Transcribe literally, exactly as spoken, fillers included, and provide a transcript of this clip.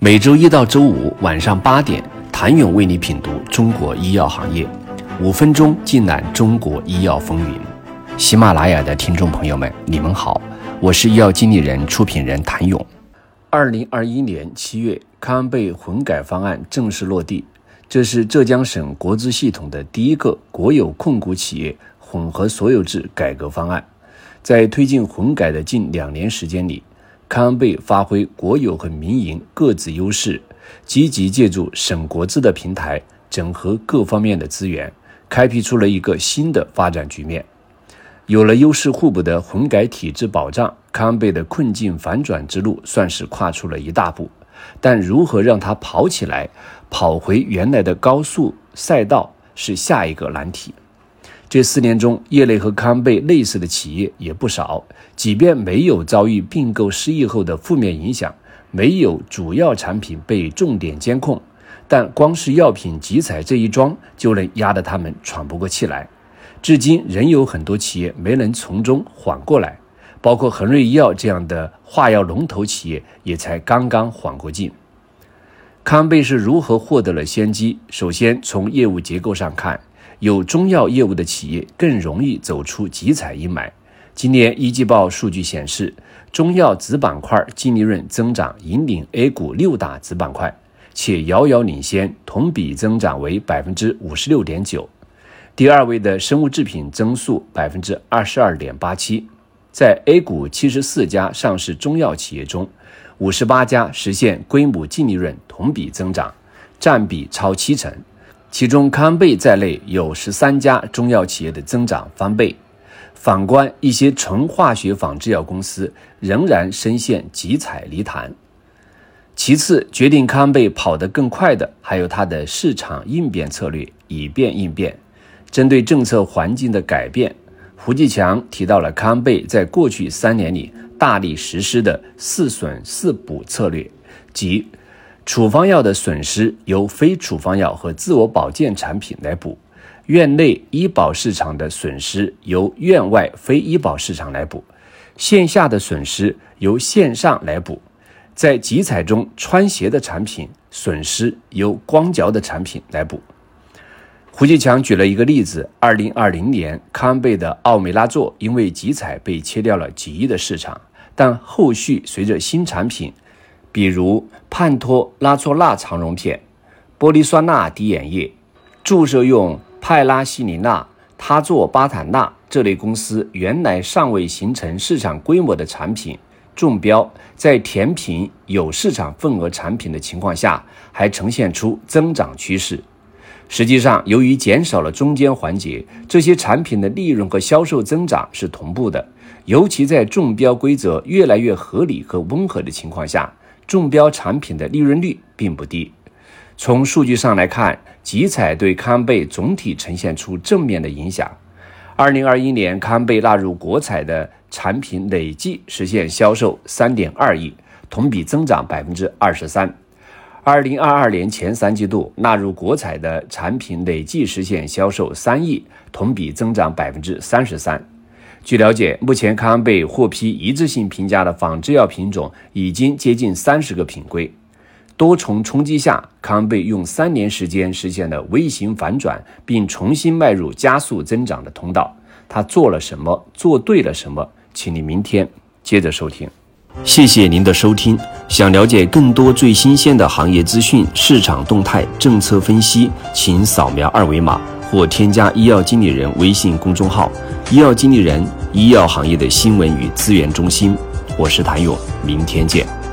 每周一到周五晚上八点，谭勇为你品读中国医药行业，五分钟尽览中国医药风云。喜马拉雅的听众朋友们，你们好，我是医药经理人、出品人谭勇。二零二一年七月，康安倍混改方案正式落地，这是浙江省国资系统的第一个国有控股企业混合所有制改革方案。在推进混改的近两年时间里，康安倍发挥国有和民营各自优势，积极借助省国资的平台，整合各方面的资源，开辟出了一个新的发展局面。有了优势互补的混改体制保障，康安倍的困境反转之路算是跨出了一大步。但如何让它跑起来，跑回原来的高速赛道，是下一个难题。这四年中，业内和康安倍类似的企业也不少，即便没有遭遇并购失意后的负面影响，没有主要产品被重点监控，但光是药品集采这一桩就能压得他们喘不过气来。至今仍有很多企业没能从中缓过来，包括恒瑞医药这样的化药龙头企业也才刚刚缓过劲。康安倍是如何获得了先机？首先从业务结构上看，有中药业务的企业更容易走出集采阴霾。今年一季报数据显示，中药子板块净利润增长引领 A 股六大子板块，且遥遥领先，同比增长为 百分之五十六点九。第二位的生物制品增速 百分之二十二点八七。在 A 股七十四家上市中药企业中，五十八家实现规模净利润同比增长，占比超七成。其中康安倍在内有十三家中药企业的增长翻倍。反观一些纯化学仿制药公司，仍然深陷集采泥潭。其次，决定康安倍跑得更快的还有它的市场应变策略，以变应变。针对政策环境的改变，胡继强提到了康安倍在过去三年里大力实施的四损四补策略，即处方药的损失由非处方药和自我保健产品来补，院内医保市场的损失由院外非医保市场来补，线下的损失由线上来补，在集采中穿鞋的产品损失由光脚的产品来补。胡继强举了一个例子，二零二零年康安倍的奥美拉唑因为集采被切掉了几亿的市场，但后续随着新产品，比如盼托拉唑钠肠溶片、玻璃酸钠滴眼液、注射用派拉西尼钠、他唑巴坦钠这类公司原来尚未形成市场规模的产品中标，在填平有市场份额产品的情况下，还呈现出增长趋势。实际上，由于减少了中间环节，这些产品的利润和销售增长是同步的，尤其在中标规则越来越合理和温和的情况下，中标产品的利润率并不低。从数据上来看，集采对康安倍总体呈现出正面的影响。二零二一年康安倍纳入国采的产品累计实现销售 三点二亿，同比增长 百分之二十三。二零二二年前三季度纳入国采的产品累计实现销售三亿，同比增长 百分之三十三。据了解，目前康安倍获批一致性评价的仿制药品种已经接近三十个品规。多重冲击下，康安倍用三年时间实现了微型反转，并重新迈入加速增长的通道。他做了什么？做对了什么？请你明天接着收听。谢谢您的收听。想了解更多最新鲜的行业资讯、市场动态、政策分析，请扫描二维码或添加医药经理人微信公众号“医药经理人”，医药行业的新闻与资源中心。我是谭勇，明天见。